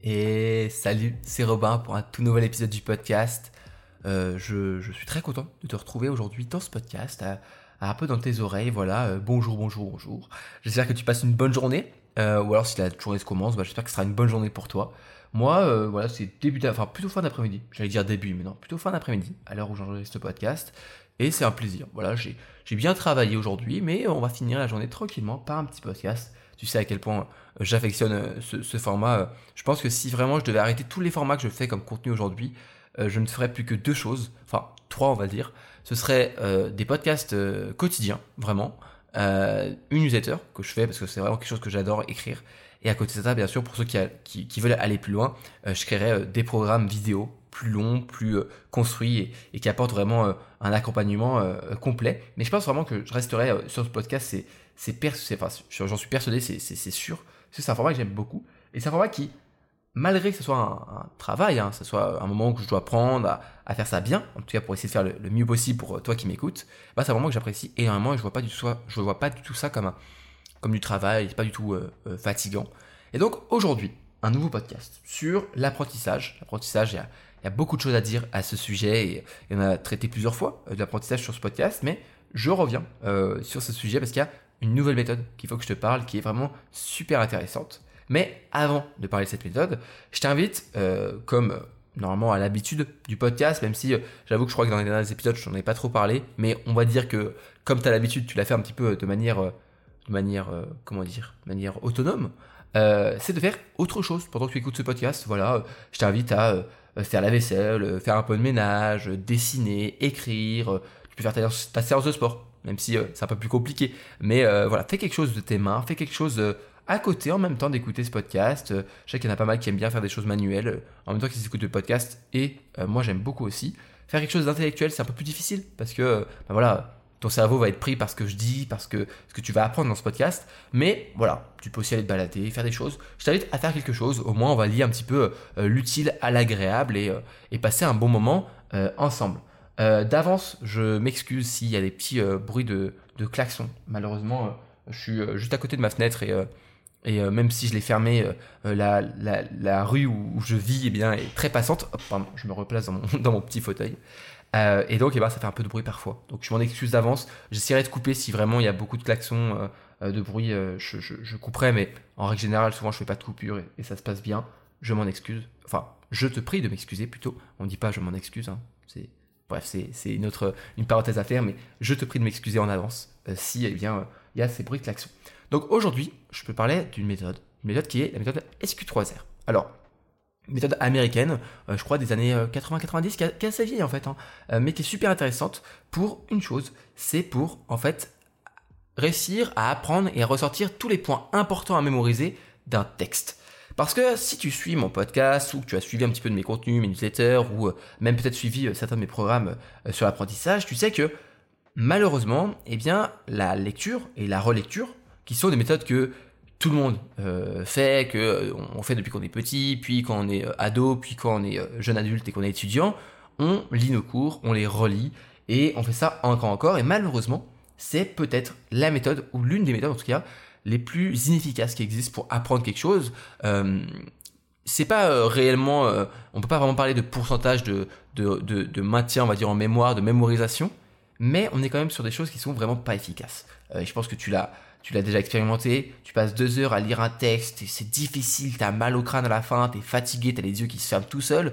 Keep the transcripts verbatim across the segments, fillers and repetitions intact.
Et salut, c'est Robin pour un tout nouvel épisode du podcast. Euh, je, je suis très content de te retrouver aujourd'hui dans ce podcast, à, à un peu dans tes oreilles. Voilà, euh, bonjour, bonjour, bonjour. J'espère que tu passes une bonne journée. Euh, ou alors si la journée se commence, bah, j'espère que ce sera une bonne journée pour toi. Moi, euh, voilà, c'est début, d'a- enfin plutôt fin d'après-midi. J'allais dire début, mais non, plutôt fin d'après-midi, à l'heure où j'enregistre ce podcast. Et c'est un plaisir. Voilà, j'ai, j'ai bien travaillé aujourd'hui, mais on va finir la journée tranquillement par un petit podcast. Tu sais à quel point euh, j'affectionne euh, ce, ce format. Euh, Je pense que si vraiment je devais arrêter tous les formats que je fais comme contenu aujourd'hui, euh, je ne ferais plus que deux choses, enfin trois on va dire. Ce serait euh, des podcasts euh, quotidiens, vraiment, euh, une newsletter que je fais parce que c'est vraiment quelque chose que j'adore écrire. Et à côté de ça, bien sûr, pour ceux qui, a- qui, qui veulent aller plus loin, euh, je créerai euh, des programmes vidéo plus longs, plus euh, construits et, et qui apportent vraiment euh, un accompagnement euh, complet. Mais je pense vraiment que je resterai euh, sur ce podcast. C'est, c'est, pers- c'est- enfin, j'en suis persuadé, c'est, c'est, c'est sûr. Parce que c'est un format que j'aime beaucoup. Et c'est un format qui, malgré que ce soit un, un travail, hein, que ce soit un moment que je dois apprendre à, à faire ça bien, en tout cas pour essayer de faire le, le mieux possible pour euh, toi qui m'écoutes, bah, c'est un moment que j'apprécie énormément et je vois pas du tout ça, je vois pas du tout ça comme un, comme du travail, c'est pas du tout euh, euh, fatigant. Et donc aujourd'hui, un nouveau podcast sur l'apprentissage. L'apprentissage, il y a, il y a beaucoup de choses à dire à ce sujet et, et on a traité plusieurs fois euh, de l'apprentissage sur ce podcast, mais je reviens euh, sur ce sujet parce qu'il y a une nouvelle méthode qu'il faut que je te parle qui est vraiment super intéressante. Mais avant de parler de cette méthode, je t'invite, euh, comme euh, normalement à l'habitude du podcast, même si euh, j'avoue que je crois que dans les derniers épisodes, je n'en ai pas trop parlé, mais on va dire que comme tu as l'habitude, tu l'as fait un petit peu de manière, euh, de manière, euh, comment dire, de manière autonome, euh, c'est de faire autre chose pendant que tu écoutes ce podcast. Voilà, euh, je t'invite à euh, faire la vaisselle, euh, faire un peu de ménage, euh, dessiner, écrire. euh, tu peux faire ta, ta séance de sport, même si euh, c'est un peu plus compliqué. Mais euh, voilà, fais quelque chose de tes mains, fais quelque chose euh, à côté en même temps d'écouter ce podcast. Euh, je sais qu'il y en a pas mal qui aiment bien faire des choses manuelles euh, en même temps qu'ils écoutent le podcast. Et euh, moi, j'aime beaucoup aussi. Faire quelque chose d'intellectuel, c'est un peu plus difficile parce que, euh, ben voilà, ton cerveau va être pris par ce que je dis, parce que ce que tu vas apprendre dans ce podcast. Mais voilà, tu peux aussi aller te balader, faire des choses. Je t'invite à faire quelque chose. Au moins, on va lier un petit peu euh, l'utile à l'agréable et, euh, et passer un bon moment euh, ensemble. Euh, d'avance, je m'excuse s'il y a des petits euh, bruits de, de klaxons. Malheureusement, euh, je suis euh, juste à côté de ma fenêtre et, euh, et euh, même si je l'ai fermée, euh, la, la, la rue où, où je vis eh bien, est très passante. Hop, pardon, je me replace dans mon, dans mon petit fauteuil. Euh, et donc, eh ben, ça fait un peu de bruit parfois. Donc, je m'en excuse d'avance. J'essaierai de couper si vraiment il y a beaucoup de klaxons, euh, euh, de bruit. Euh, je, je, je couperai, mais en règle générale, souvent, je fais pas de coupure et, et ça se passe bien. Je m'en excuse. Enfin, je te prie de m'excuser plutôt. On ne dit pas je m'en excuse. Hein. C'est, bref, c'est, c'est une autre une parenthèse à faire, mais je te prie de m'excuser en avance euh, si eh bien, euh, il y a ces bruits de klaxons. Donc, aujourd'hui, je peux parler d'une méthode. Une méthode qui est la méthode S Q trois R. Alors, méthode américaine, euh, je crois des années euh, quatre-vingts quatre-vingt-dix, qui est assez vieille en fait, hein, euh, mais qui est super intéressante pour une chose, c'est pour en fait réussir à apprendre et à ressortir tous les points importants à mémoriser d'un texte. Parce que si tu suis mon podcast ou que tu as suivi un petit peu de mes contenus, mes newsletters ou euh, même peut-être suivi euh, certains de mes programmes euh, sur l'apprentissage, tu sais que malheureusement, eh bien, la lecture et la relecture, qui sont des méthodes que tout le monde euh, fait, que euh, on fait depuis qu'on est petit, puis quand on est euh, ado, puis quand on est euh, jeune adulte et qu'on est étudiant, on lit nos cours, on les relit, et on fait ça encore encore, et malheureusement, c'est peut-être la méthode, ou l'une des méthodes en tout cas, les plus inefficaces qui existent pour apprendre quelque chose. Euh, c'est pas euh, réellement, euh, on peut pas vraiment parler de pourcentage de, de, de, de maintien, on va dire, en mémoire, de mémorisation, mais on est quand même sur des choses qui sont vraiment pas efficaces. Euh, et je pense que tu l'as, tu l'as déjà expérimenté, tu passes deux heures à lire un texte, et c'est difficile, t'as mal au crâne à la fin, t'es fatigué, t'as les yeux qui se ferment tout seuls,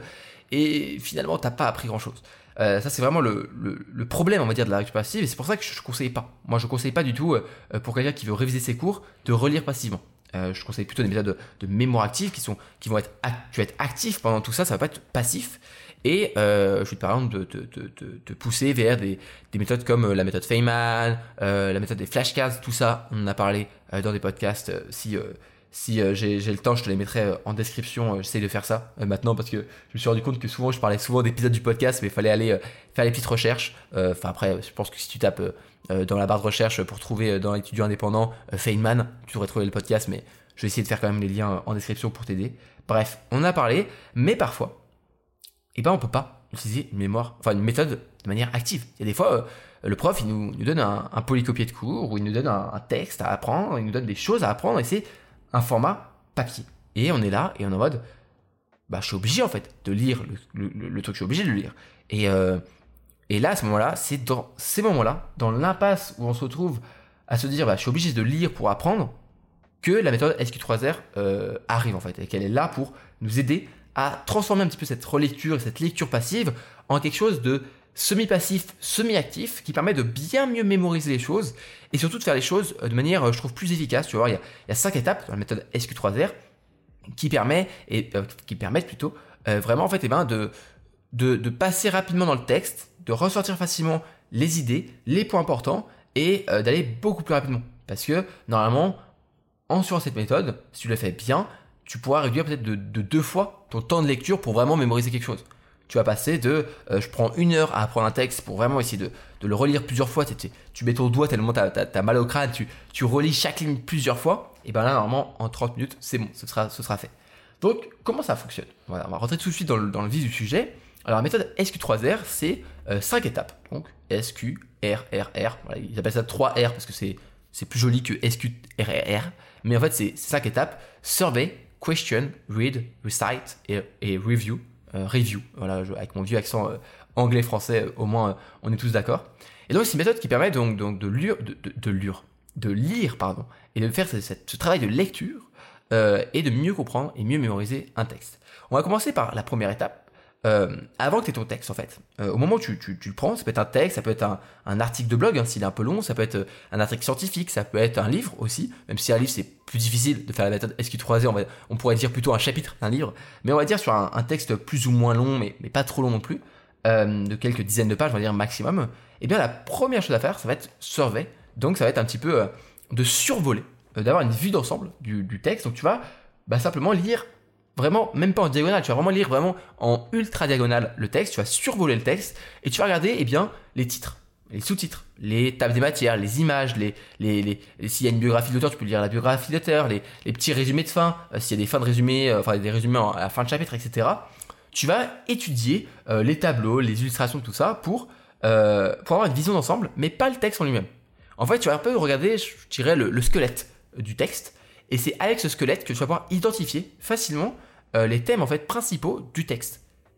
et finalement t'as pas appris grand chose. Euh, ça c'est vraiment le, le, le problème on va dire de la lecture passive, et c'est pour ça que je, je conseille pas. Moi je conseille pas du tout euh, pour quelqu'un qui veut réviser ses cours de relire passivement. Euh, je conseille plutôt des méthodes de, de mémoire active qui sont qui vont être tu vas être actif pendant tout ça, ça va pas être passif. Et euh, je vais te par exemple te, te, te, te pousser vers des, des méthodes comme la méthode Feynman, euh, la méthode des flashcards, tout ça, on en a parlé euh, dans des podcasts. Euh, si euh, si euh, j'ai, j'ai le temps, je te les mettrai euh, en description. Euh, j'essaye de faire ça euh, maintenant parce que je me suis rendu compte que souvent je parlais souvent d'épisodes du podcast, mais il fallait aller euh, faire les petites recherches. Enfin euh, après, je pense que si tu tapes euh, dans la barre de recherche pour trouver euh, dans l'étudiant indépendant euh, Feynman, tu devrais trouver le podcast, mais je vais essayer de faire quand même les liens en description pour t'aider. Bref, on en a parlé, mais parfois, eh ben on peut pas utiliser une mémoire, enfin une méthode de manière active. Il y a des fois, euh, le prof il nous, nous donne un, un polycopier de cours, ou il nous donne un, un texte à apprendre, il nous donne des choses à apprendre, et c'est un format papier. Et on est là, et on est en mode, bah, je suis obligé en fait de lire le, le, le truc, je suis obligé de le lire. Et, euh, et là, à ce moment-là, c'est dans ces moments-là, dans l'impasse où on se retrouve à se dire, bah, je suis obligé de lire pour apprendre, que la méthode S Q trois R euh, arrive en fait, et qu'elle est là pour nous aider à transformer un petit peu cette relecture et cette lecture passive en quelque chose de semi-passif, semi-actif, qui permet de bien mieux mémoriser les choses, et surtout de faire les choses de manière, je trouve, plus efficace. Tu vois, il y a, il y a cinq étapes dans la méthode S Q trois R qui, permet, et, euh, qui permettent plutôt euh, vraiment en fait, eh ben, de, de, de passer rapidement dans le texte, de ressortir facilement les idées, les points importants, et euh, d'aller beaucoup plus rapidement. Parce que normalement, en suivant cette méthode, si tu le fais bien, tu pourras réduire peut-être de, de deux fois ton temps de lecture pour vraiment mémoriser quelque chose. Tu vas passer de euh, je prends une heure à apprendre un texte pour vraiment essayer de, de le relire plusieurs fois. Tu, tu mets ton doigt tellement tu as mal au crâne, tu, tu relis chaque ligne plusieurs fois. Et bien là, normalement, en trente minutes, c'est bon, ce sera, ce sera fait. Donc, comment ça fonctionne? Voilà, on va rentrer tout de suite dans le, dans le vif du sujet. Alors, la méthode S Q trois R, c'est euh, cinq étapes. Donc, S Q, R, R, R. Voilà, ils appellent ça trois R parce que c'est, c'est plus joli que S Q, R, R, R. Mais en fait, c'est cinq étapes. Survey, question, read, recite et, et review. Euh, review, voilà, je, avec mon vieux accent euh, anglais-français, euh, au moins euh, on est tous d'accord. Et donc c'est une méthode qui permet donc, donc de, lire, de, de, de, lire, de lire pardon, et de faire ce, ce travail de lecture euh, et de mieux comprendre et mieux mémoriser un texte. On va commencer par la première étape. Euh, avant que tu aies ton texte en fait, euh, au moment où tu, tu, tu le prends, ça peut être un texte, ça peut être un, un article de blog hein, s'il est un peu long, ça peut être un article scientifique, ça peut être un livre aussi, même si un livre c'est plus difficile de faire la méthode S Q trois R, on, va, on pourrait dire plutôt un chapitre d'un livre, mais on va dire sur un, un texte plus ou moins long, mais, mais pas trop long non plus, euh, de quelques dizaines de pages, on va dire maximum, et bien la première chose à faire, ça va être survey, donc ça va être un petit peu euh, de survoler, euh, d'avoir une vue d'ensemble du, du texte, donc tu vas bah, simplement lire vraiment, même pas en diagonale, tu vas vraiment lire vraiment en ultra diagonale le texte, tu vas survoler le texte et tu vas regarder eh bien, les titres, les sous-titres, les tables des matières, les images, les, les, les, les s'il y a une biographie d'auteur, tu peux lire la biographie d'auteur, les, les petits résumés de fin, euh, s'il y a des fins de résumés, euh, enfin des résumés à la fin de chapitre, et cetera. Tu vas étudier euh, les tableaux, les illustrations, tout ça pour, euh, pour avoir une vision d'ensemble, mais pas le texte en lui-même. En fait, tu vas un peu regarder, je dirais, le, le squelette du texte. Et c'est avec ce squelette que tu vas pouvoir identifier facilement euh, les thèmes en fait principaux du texte.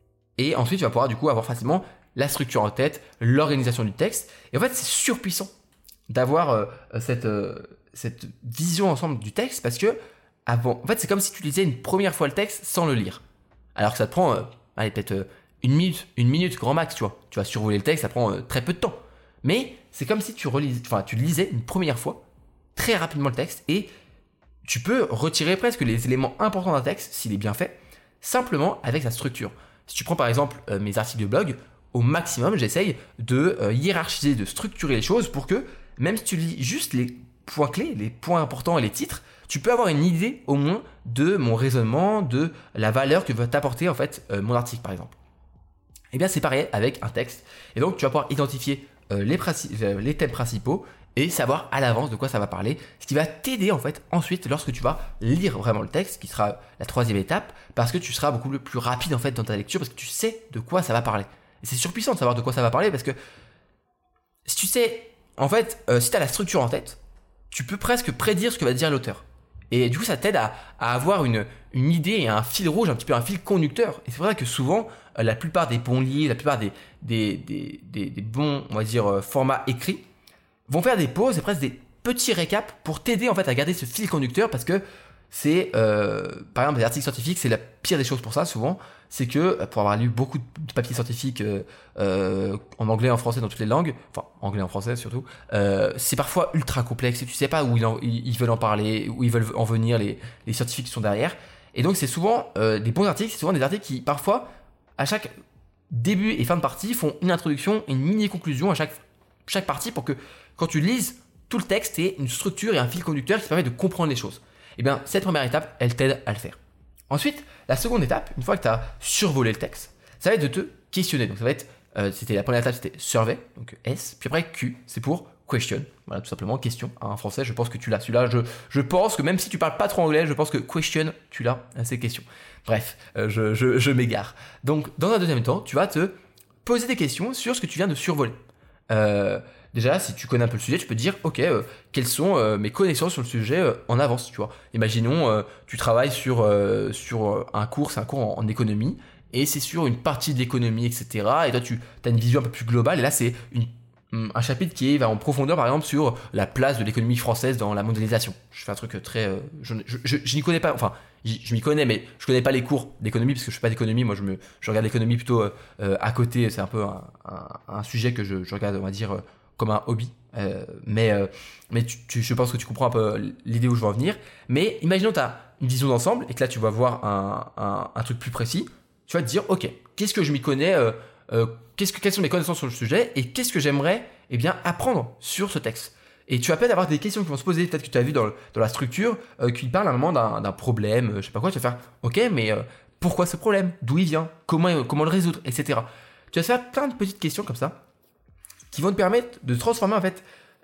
Et ensuite, tu vas pouvoir du coup avoir facilement la structure en tête, l'organisation du texte. Et en fait, c'est surpuissant d'avoir euh, cette, euh, cette vision ensemble du texte parce que avant, en fait, c'est comme si tu lisais une première fois le texte sans le lire. Alors que ça te prend, euh, allez, peut-être euh, une minute, une minute grand max, tu vois. Tu vas survoler le texte, ça prend euh, très peu de temps. Mais c'est comme si tu relis, enfin, tu lisais une première fois très rapidement le texte et tu peux retirer presque les éléments importants d'un texte, s'il est bien fait, simplement avec sa structure. Si tu prends par exemple euh, mes articles de blog, au maximum, j'essaye de euh, hiérarchiser, de structurer les choses pour que, même si tu lis juste les points clés, les points importants et les titres, tu peux avoir une idée au moins de mon raisonnement, de la valeur que va t'apporter en fait euh, mon article par exemple. Et bien c'est pareil avec un texte. Et donc tu vas pouvoir identifier euh, les, princi- euh, les thèmes principaux et savoir à l'avance de quoi ça va parler, ce qui va t'aider en fait ensuite lorsque tu vas lire vraiment le texte, qui sera la troisième étape, parce que tu seras beaucoup plus rapide en fait dans ta lecture, parce que tu sais de quoi ça va parler. Et c'est surpuissant de savoir de quoi ça va parler, parce que si tu sais, en fait, euh, si tu as la structure en tête, tu peux presque prédire ce que va dire l'auteur. Et du coup, ça t'aide à, à avoir une, une idée et un fil rouge, un petit peu un fil conducteur. Et c'est pour ça que souvent, euh, la plupart des bons livres, la plupart des, des, des, des, des bons, on va dire, euh, formats écrits, vont faire des pauses et presque des petits récaps pour t'aider en fait à garder ce fil conducteur, parce que c'est, euh, par exemple, les articles scientifiques, c'est la pire des choses pour ça souvent, c'est que pour avoir lu beaucoup de papiers scientifiques euh, euh, en anglais, en français, dans toutes les langues, enfin anglais, en français surtout, euh, c'est parfois ultra complexe et tu sais pas où ils, en, ils veulent en parler, où ils veulent en venir les, les scientifiques qui sont derrière. Et donc c'est souvent euh, des bons articles, c'est souvent des articles qui parfois à chaque début et fin de partie font une introduction et une mini conclusion à chaque chaque partie pour que quand tu lises tout le texte, tu aies une structure et un fil conducteur qui te permet de comprendre les choses. Et bien, cette première étape, elle t'aide à le faire. Ensuite, la seconde étape, une fois que tu as survolé le texte, ça va être de te questionner. Donc ça va être, euh, c'était la première étape, c'était survey, donc S, puis après Q, c'est pour question. Voilà, tout simplement, question. Hein, en français, je pense que tu l'as. Celui-là, je, je pense que même si tu parles pas trop anglais, je pense que question, tu l'as, c'est question. Bref, euh, je, je, je m'égare. Donc, dans un deuxième temps, tu vas te poser des questions sur ce que tu viens de survoler. Euh, déjà là, si tu connais un peu le sujet, tu peux te dire, ok, euh, quelles sont euh, mes connaissances sur le sujet euh, en avance, tu vois. Imaginons, euh, tu travailles sur, euh, sur un cours, c'est un cours en, en économie, et c'est sur une partie de l'économie, et cetera. Et toi, tu as une vision un peu plus globale, et là, c'est une un chapitre qui va en profondeur par exemple sur la place de l'économie française dans la mondialisation. Je fais un truc très euh, je, je, je, je n'y connais pas, enfin je, je m'y connais mais je connais pas les cours d'économie parce que je suis pas d'économie. Moi je me je regarde l'économie plutôt euh, à côté. C'est un peu un, un, un sujet que je, je regarde, on va dire, euh, comme un hobby. Euh, mais euh, mais tu, tu, je pense que tu comprends un peu l'idée où je veux en venir. Mais imaginons tu as une vision d'ensemble et que là tu vas voir un, un, un truc plus précis. Tu vas te dire, ok, qu'est-ce que je m'y connais euh, euh, qu'est-ce que, quelles sont mes connaissances sur le sujet et qu'est-ce que j'aimerais eh bien, apprendre sur ce texte. Et tu vas peut-être avoir des questions qui vont se poser, peut-être que tu as vu dans, le, dans la structure, euh, qui parle à un moment d'un, d'un problème, euh, je sais pas quoi, tu vas faire, ok, mais euh, pourquoi ce problème? D'où il vient? Comment, euh, comment le résoudre? Etc. Tu vas te faire plein de petites questions comme ça, qui vont te permettre de transformer en fait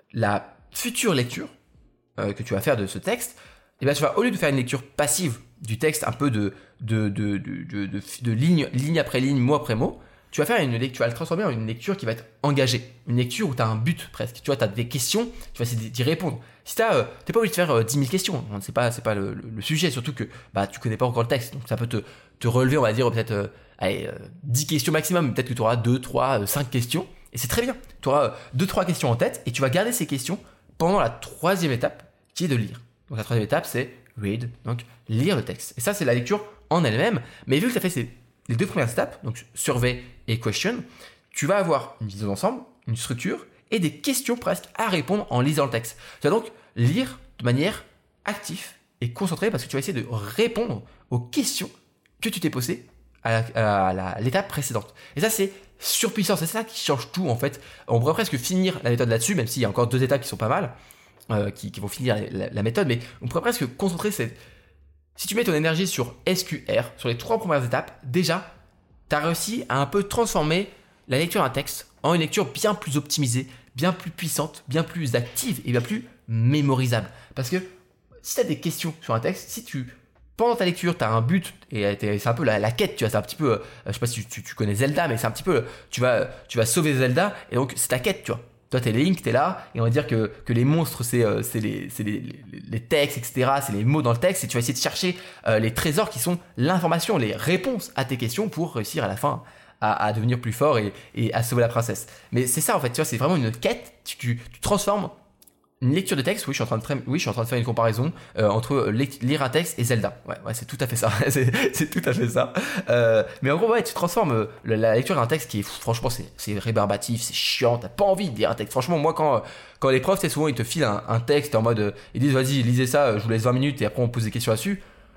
la future lecture euh, que tu vas faire de ce texte. Et bien tu vas, au lieu de faire une lecture passive du texte, un peu de, de, de, de, de, de, de ligne, ligne après ligne, mot après mot, tu vas faire une lecture, tu vas le transformer en une lecture qui va être engagée. Une lecture où tu as un but presque. Tu vois, tu as des questions, tu vas essayer d'y répondre. Si tu euh, t'es pas obligé de faire euh, dix mille questions, hein, c'est pas, c'est pas le, le, le sujet, surtout que bah, tu connais pas encore le texte. Donc ça peut te, te relever, on va dire, peut-être euh, allez, euh, dix questions maximum. Peut-être que tu auras deux, trois, cinq questions. Et c'est très bien. Tu auras euh, deux, trois questions en tête et tu vas garder ces questions pendant la troisième étape qui est de lire. Donc la troisième étape, c'est read, donc lire le texte. Et ça, c'est la lecture en elle-même. Mais vu que tu as fait ces les deux premières étapes, donc survey et question, tu vas avoir une vision d'ensemble, une structure et des questions presque à répondre en lisant le texte. Tu vas donc lire de manière active et concentrée parce que tu vas essayer de répondre aux questions que tu t'es posées à, la, à, la, à l'étape précédente. Et ça, c'est surpuissant, c'est ça qui change tout en fait. On pourrait presque finir la méthode là-dessus, même s'il y a encore deux étapes qui sont pas mal, euh, qui, qui vont finir la, la méthode, mais on pourrait presque concentrer cette... Si tu mets ton énergie sur S Q R, sur les trois premières étapes, déjà, tu as réussi à un peu transformer la lecture d'un texte en une lecture bien plus optimisée, bien plus puissante, bien plus active et bien plus mémorisable. Parce que si tu as des questions sur un texte, si tu, pendant ta lecture, tu as un but, et c'est un peu la, la quête, tu vois, c'est un petit peu, euh, je sais pas si tu, tu connais Zelda, mais c'est un petit peu, tu vas, tu vas sauver Zelda, et donc c'est ta quête, tu vois. Toi, t'es Link, t'es là, et on va dire que, que les monstres, c'est, euh, c'est, les, c'est les, les, les textes, et cetera. C'est les mots dans le texte, et tu vas essayer de chercher euh, les trésors qui sont l'information, les réponses à tes questions pour réussir à la fin à, à devenir plus fort et, et à sauver la princesse. Mais c'est ça, en fait, tu vois, c'est vraiment une quête. Tu, tu, tu transformes une lecture de texte. Oui, je suis en train de, tra- oui, je suis en train de faire une comparaison euh, entre le- lire un texte et Zelda. Ouais, ouais, c'est tout à fait ça. c'est, c'est tout à fait ça. Euh, mais en gros, ouais, tu transformes euh, la, la lecture d'un texte qui est, franchement, c'est, c'est rébarbatif, c'est chiant. T'as pas envie de lire un texte. Franchement, moi, quand, quand les profs, c'est souvent, ils te filent un, un texte en mode, euh, ils disent, vas-y, lisez ça, je vous laisse vingt minutes et après on pose des questions là-dessus.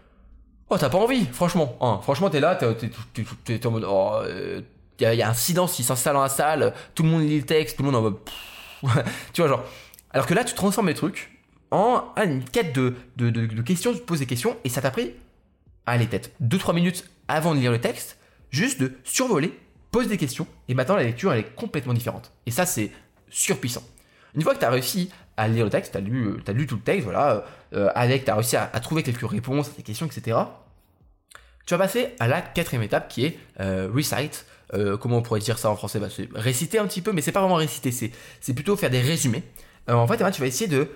Oh, t'as pas envie, franchement. Hein, franchement, t'es là, t'es, t'es, t'es, t'es, t'es en mode, oh, euh, y a, y a un silence qui s'installe dans la salle, tout le monde lit le texte, tout le monde en mode, tu vois, genre. Alors que là, tu transformes les trucs en ah, une quête de, de, de, de questions, tu te poses des questions, et ça t'a pris, allez, peut-être deux trois minutes avant de lire le texte, juste de survoler, pose des questions, et maintenant la lecture, elle est complètement différente. Et ça, c'est surpuissant. Une fois que tu as réussi à lire le texte, tu as lu, t'as lu tout le texte, voilà, euh, avec, tu as réussi à, à trouver quelques réponses à tes questions, et cetera, tu vas passer à la quatrième étape qui est euh, recite. Euh, comment on pourrait dire ça en français? Bah, c'est réciter un petit peu, mais c'est pas vraiment réciter, c'est, c'est plutôt faire des résumés. Euh, en fait, tu vas essayer de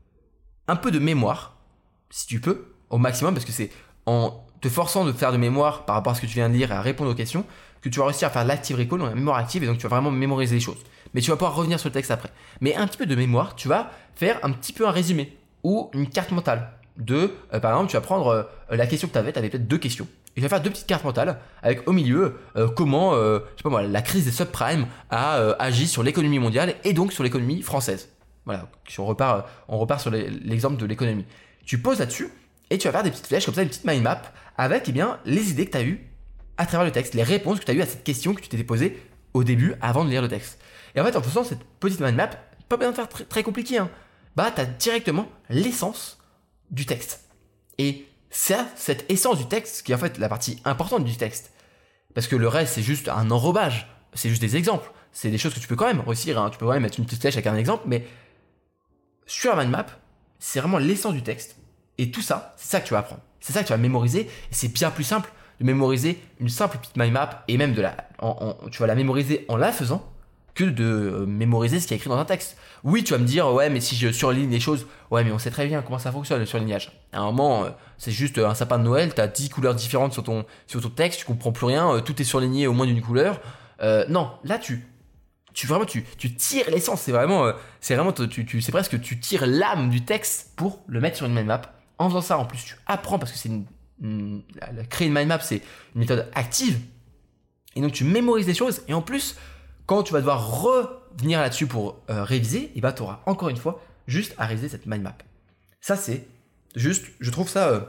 un peu de mémoire, si tu peux, au maximum, parce que c'est en te forçant de faire de mémoire par rapport à ce que tu viens de lire et à répondre aux questions que tu vas réussir à faire l'active recall, donc la mémoire active, et donc tu vas vraiment mémoriser les choses. Mais tu vas pouvoir revenir sur le texte après. Mais un petit peu de mémoire, tu vas faire un petit peu un résumé ou une carte mentale. De, euh, par exemple, tu vas prendre euh, la question que tu avais, tu avais peut-être deux questions. Et tu vas faire deux petites cartes mentales avec au milieu euh, comment, euh, je sais pas moi, la crise des subprimes a euh, agi sur l'économie mondiale et donc sur l'économie française. Voilà, si on repart, on repart sur les, l'exemple de l'économie. Tu poses là-dessus et tu vas faire des petites flèches comme ça, une petite mind map avec eh bien, les idées que tu as eues à travers le texte, les réponses que tu as eues à cette question que tu t'étais posée au début avant de lire le texte. Et en fait, en faisant cette petite mind map, pas besoin de faire très, très compliqué, hein, bah tu as directement l'essence du texte. Et c'est cette essence du texte qui est en fait la partie importante du texte. Parce que le reste, c'est juste un enrobage, c'est juste des exemples, c'est des choses que tu peux quand même réussir, hein. Tu peux quand même mettre une petite flèche avec un exemple, mais sur la mind map, c'est vraiment l'essence du texte. Et tout ça, c'est ça que tu vas apprendre. C'est ça que tu vas mémoriser. Et c'est bien plus simple de mémoriser une simple petite mind map et même de la, en, en, tu vas la mémoriser en la faisant que de euh, mémoriser ce qui est écrit dans un texte. Oui, tu vas me dire, ouais, mais si je surligne les choses, ouais, mais on sait très bien comment ça fonctionne le surlignage. À un moment, euh, c'est juste un sapin de Noël, t'as dix couleurs différentes sur ton, sur ton texte, tu comprends plus rien, euh, tout est surligné au moins d'une couleur. Euh, non, là, tu, tu vraiment, tu, tu tires l'essence, c'est vraiment, euh, c'est vraiment, tu, tu, c'est presque que tu tires l'âme du texte pour le mettre sur une mind map. En faisant ça, en plus, tu apprends parce que c'est une, une créer une mind map, c'est une méthode active. Et donc, tu mémorises les choses et en plus, quand tu vas devoir revenir là-dessus pour euh, réviser, et ben tu auras encore une fois juste à réviser cette mind map. Ça c'est juste, je trouve ça, euh,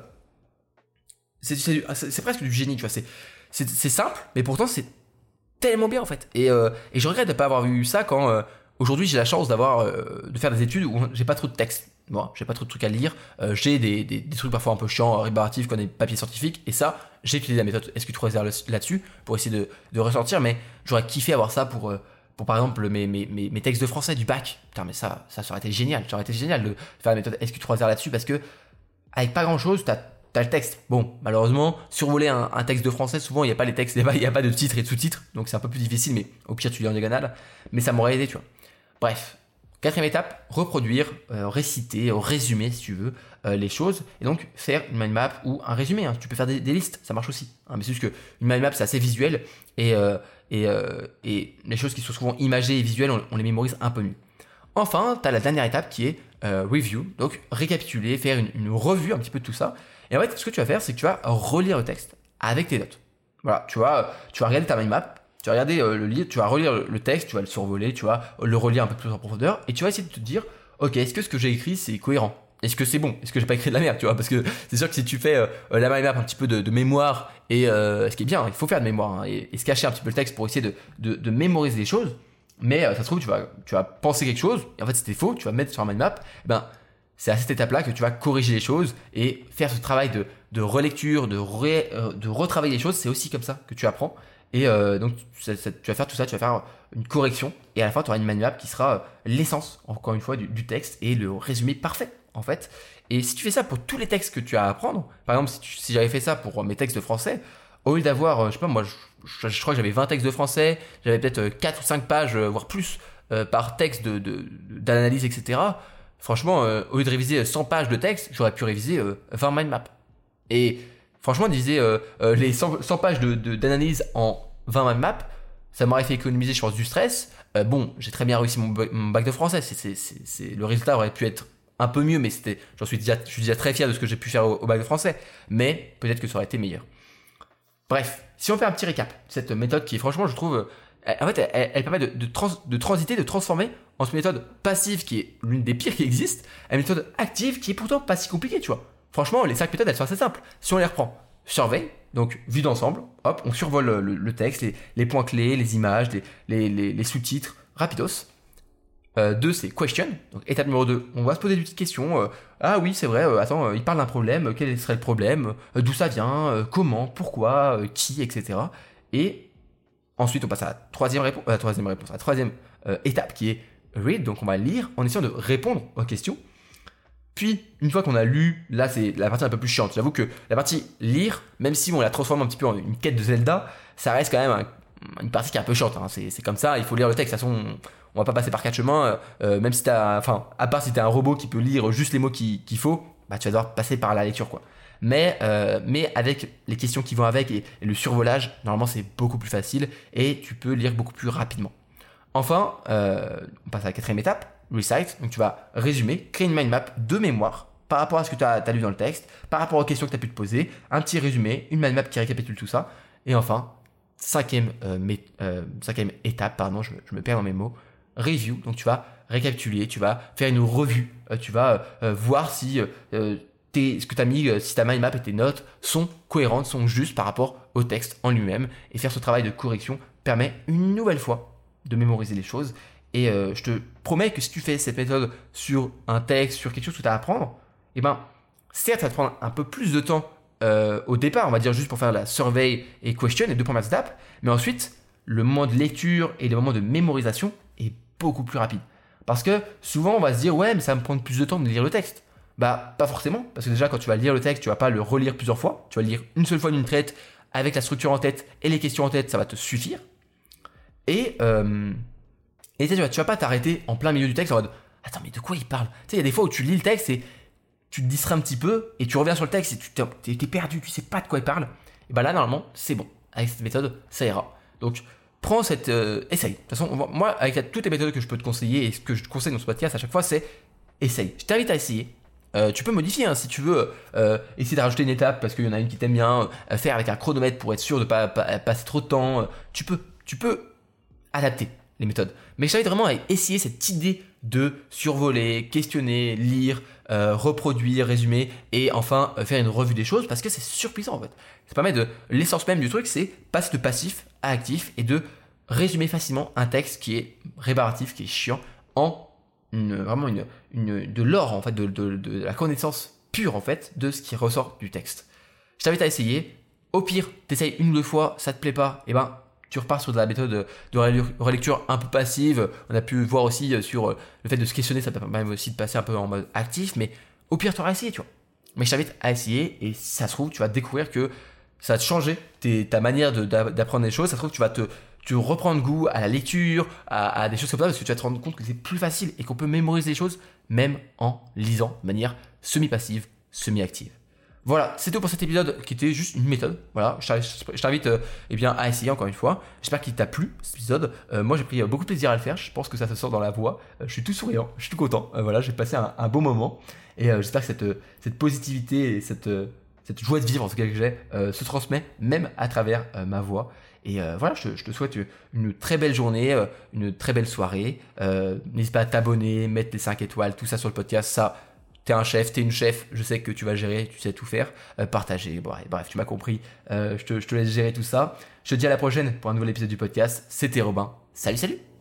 c'est, c'est, c'est presque du génie, tu vois. C'est, c'est, c'est simple, mais pourtant c'est tellement bien en fait. Et, euh, et je regrette de ne pas avoir vu ça quand euh, aujourd'hui j'ai la chance d'avoir euh, de faire des études où j'ai pas trop de texte. Bon, j'ai pas trop de trucs à lire. Euh, j'ai des, des, des trucs parfois un peu chiants, réparatifs, comme des papiers scientifiques. Et ça, j'ai utilisé la méthode S Q trois R là-dessus pour essayer de, de ressortir. Mais j'aurais kiffé avoir ça pour, euh, pour par exemple, mes, mes, mes, mes textes de français du bac. Putain, mais ça, ça, ça aurait été génial. Ça aurait été génial de faire la méthode S Q trois R là-dessus parce que, avec pas grand-chose, t'as, t'as le texte. Bon, malheureusement, survoler un, un texte de français, souvent, il n'y a pas les textes, il n'y a, a pas de titres et de sous-titres. Donc c'est un peu plus difficile, mais au pire, tu lis en diagonale. Mais ça m'aurait aidé, tu vois. Bref. Quatrième étape, reproduire, euh, réciter, euh, résumer si tu veux euh, les choses et donc faire une mind map ou un résumé. Hein. Tu peux faire des, des listes, ça marche aussi. Hein, mais c'est juste qu'une mind map c'est assez visuel et, euh, et, euh, et les choses qui sont souvent imagées et visuelles, on, on les mémorise un peu mieux. Enfin, tu as la dernière étape qui est euh, review, donc récapituler, faire une, une revue un petit peu de tout ça. Et en fait, ce que tu vas faire, c'est que tu vas relire le texte avec tes notes. Voilà, tu vas, tu vas regarder ta mind map. Tu vas regarder euh, le livre, tu vas relire le, le texte, tu vas le survoler, tu vas le relire un peu plus en profondeur et tu vas essayer de te dire, ok, est-ce que ce que j'ai écrit c'est cohérent ? Est-ce que c'est bon ? Est-ce que j'ai pas écrit de la merde, tu vois ? Parce que c'est sûr que si tu fais euh, la mind map un petit peu de, de mémoire et euh, ce qui est bien, il faut faire de mémoire hein, et, et se cacher un petit peu le texte pour essayer de, de, de mémoriser les choses. Mais euh, ça se trouve tu vas, tu vas penser quelque chose et en fait c'était faux, tu vas mettre sur un mind map. Eh ben c'est à cette étape-là que tu vas corriger les choses et faire ce travail de, de relecture, de, ré, euh, de retravailler les choses. C'est aussi comme ça que tu apprends. Et euh, donc, ça, ça, tu vas faire tout ça, tu vas faire une correction. Et à la fin, tu auras une mind map qui sera euh, l'essence, encore une fois, du, du texte et le résumé parfait, en fait. Et si tu fais ça pour tous les textes que tu as à apprendre, par exemple, si, tu, si j'avais fait ça pour mes textes de français, au lieu d'avoir, euh, je sais pas, moi, je, je, je crois que j'avais vingt textes de français, j'avais peut-être euh, quatre ou cinq pages, euh, voire plus, euh, par texte de, de, d'analyse, et cetera. Franchement, euh, au lieu de réviser cent pages de texte, j'aurais pu réviser euh, vingt mind maps. Et franchement, diviser euh, euh, les cent, cent pages de, de, d'analyse en vingt mind maps, ça m'aurait fait économiser, je pense, du stress. Euh, bon, j'ai très bien réussi mon, mon bac de français. C'est, c'est, c'est, c'est, le résultat aurait pu être un peu mieux, mais c'était, j'en suis déjà, je suis déjà très fier de ce que j'ai pu faire au, au bac de français. Mais peut-être que ça aurait été meilleur. Bref, si on fait un petit récap, cette méthode qui, franchement, je trouve, elle, en fait, elle, elle permet de, de, trans, de transiter, de transformer en une méthode passive qui est l'une des pires qui existent, à une méthode active qui est pourtant pas si compliquée, tu vois. Franchement, les cinq méthodes, elles sont assez simples. Si on les reprend, surveille, donc vue d'ensemble, hop, on survole le, le, le texte, les, les points clés, les images, les, les, les, les sous-titres, rapidos. Euh, deux, c'est question. Donc étape numéro deux, on va se poser des petites questions. Euh, ah oui, c'est vrai, euh, attends, euh, il parle d'un problème, euh, quel serait le problème, euh, d'où ça vient, euh, comment, pourquoi, euh, qui, et cetera. Et ensuite, on passe à la troisième réponse, à la troisième réponse, à la troisième euh, étape qui est read, donc on va lire en essayant de répondre aux questions. Puis, une fois qu'on a lu, là c'est la partie un peu plus chiante. J'avoue que la partie lire, même si on la transforme un petit peu en une quête de Zelda, ça reste quand même un, une partie qui est un peu chiante. Hein. C'est, c'est comme ça, il faut lire le texte. De toute façon, on, on va pas passer par quatre chemins. Euh, même si t'as, enfin, à part si t'es un robot qui peut lire juste les mots qu'il, qu'il faut, bah tu vas devoir passer par la lecture, quoi. Mais, euh, mais avec les questions qui vont avec et, et le survolage, normalement c'est beaucoup plus facile et tu peux lire beaucoup plus rapidement. Enfin, euh, on passe à la quatrième étape. Recite, donc tu vas résumer, créer une mind map de mémoire par rapport à ce que tu as lu dans le texte, par rapport aux questions que tu as pu te poser, un petit résumé, une mind map qui récapitule tout ça. Et enfin, cinquième, euh, mé- euh, cinquième étape, pardon, je, je me perds dans mes mots, review, donc tu vas récapituler, tu vas faire une revue, euh, tu vas euh, voir si euh, tes, ce que tu as mis, euh, si ta mind map et tes notes sont cohérentes, sont justes par rapport au texte en lui-même. Et faire ce travail de correction permet une nouvelle fois de mémoriser les choses. Et euh, je te promets que si tu fais cette méthode sur un texte, sur quelque chose que tu as à apprendre, eh ben, certes, ça va te prendre un peu plus de temps euh, au départ, on va dire juste pour faire la survey et question, les deux premières étapes, mais ensuite, le moment de lecture et le moment de mémorisation est beaucoup plus rapide. Parce que souvent, on va se dire, ouais, mais ça va me prendre plus de temps de lire le texte. Bah, pas forcément, parce que déjà, quand tu vas lire le texte, tu vas pas le relire plusieurs fois, tu vas le lire une seule fois d'une traite, avec la structure en tête et les questions en tête, ça va te suffire. Et... Euh, Et tu sais, tu vas pas t'arrêter en plein milieu du texte en mode attends, mais de quoi il parle? Tu sais, il y a des fois où tu lis le texte et tu te distrais un petit peu et tu reviens sur le texte et tu t'es, t'es perdu, tu sais pas de quoi il parle. Et bah là, normalement, c'est bon. Avec cette méthode, ça ira. Donc, prends cette. Euh, essaye. De toute façon, moi, avec toutes les méthodes que je peux te conseiller et ce que je te conseille dans ce podcast à chaque fois, c'est essaye. Je t'invite à essayer. Euh, tu peux modifier hein, si tu veux euh, essayer de rajouter une étape parce qu'il y en a une qui t'aime bien, euh, faire avec un chronomètre pour être sûr de pas, pas passer trop de temps. Euh, tu peux, tu peux adapter les méthodes. Mais je t'invite vraiment à essayer cette idée de survoler, questionner, lire, euh, reproduire, résumer et enfin euh, faire une revue des choses parce que c'est surpuissant en fait. Ça permet de l'essence même du truc, c'est passer de passif à actif et de résumer facilement un texte qui est rébarbatif, qui est chiant en une, vraiment une, une, de l'or en fait, de, de, de la connaissance pure en fait de ce qui ressort du texte. Je t'invite à essayer. Au pire, t'essayes une ou deux fois, ça te plaît pas, et ben tu repars sur de la méthode de relecture un peu passive. On a pu voir aussi sur le fait de se questionner, ça permet aussi de passer un peu en mode actif, mais au pire, tu auras essayé, tu vois. Mais je t'invite à essayer et si ça se trouve, tu vas découvrir que ça va te changer tes, ta manière de, d'apprendre des choses. Ça se trouve que tu vas te tu reprendre goût à la lecture, à, à des choses comme ça, parce que tu vas te rendre compte que c'est plus facile et qu'on peut mémoriser les choses même en lisant de manière semi-passive, semi-active. Voilà, c'est tout pour cet épisode qui était juste une méthode. Voilà, je t'invite euh, eh bien, à essayer encore une fois. J'espère qu'il t'a plu cet épisode. Euh, moi, j'ai pris beaucoup de plaisir à le faire. Je pense que ça se sort dans la voix. Euh, je suis tout souriant, je suis tout content. Euh, voilà, j'ai passé un, un bon moment. Et euh, j'espère que cette, cette positivité et cette, cette joie de vivre en tout cas que j'ai euh, se transmet même à travers euh, ma voix. Et euh, voilà, je te, je te souhaite une très belle journée, euh, une très belle soirée. Euh, n'hésite pas à t'abonner, mettre les cinq étoiles, tout ça sur le podcast. Ça, t'es un chef, t'es une chef, je sais que tu vas gérer, tu sais tout faire, euh, partager, bref, bref, tu m'as compris, euh, je, te, je te laisse gérer tout ça. Je te dis à la prochaine pour un nouvel épisode du podcast, c'était Robin, salut salut.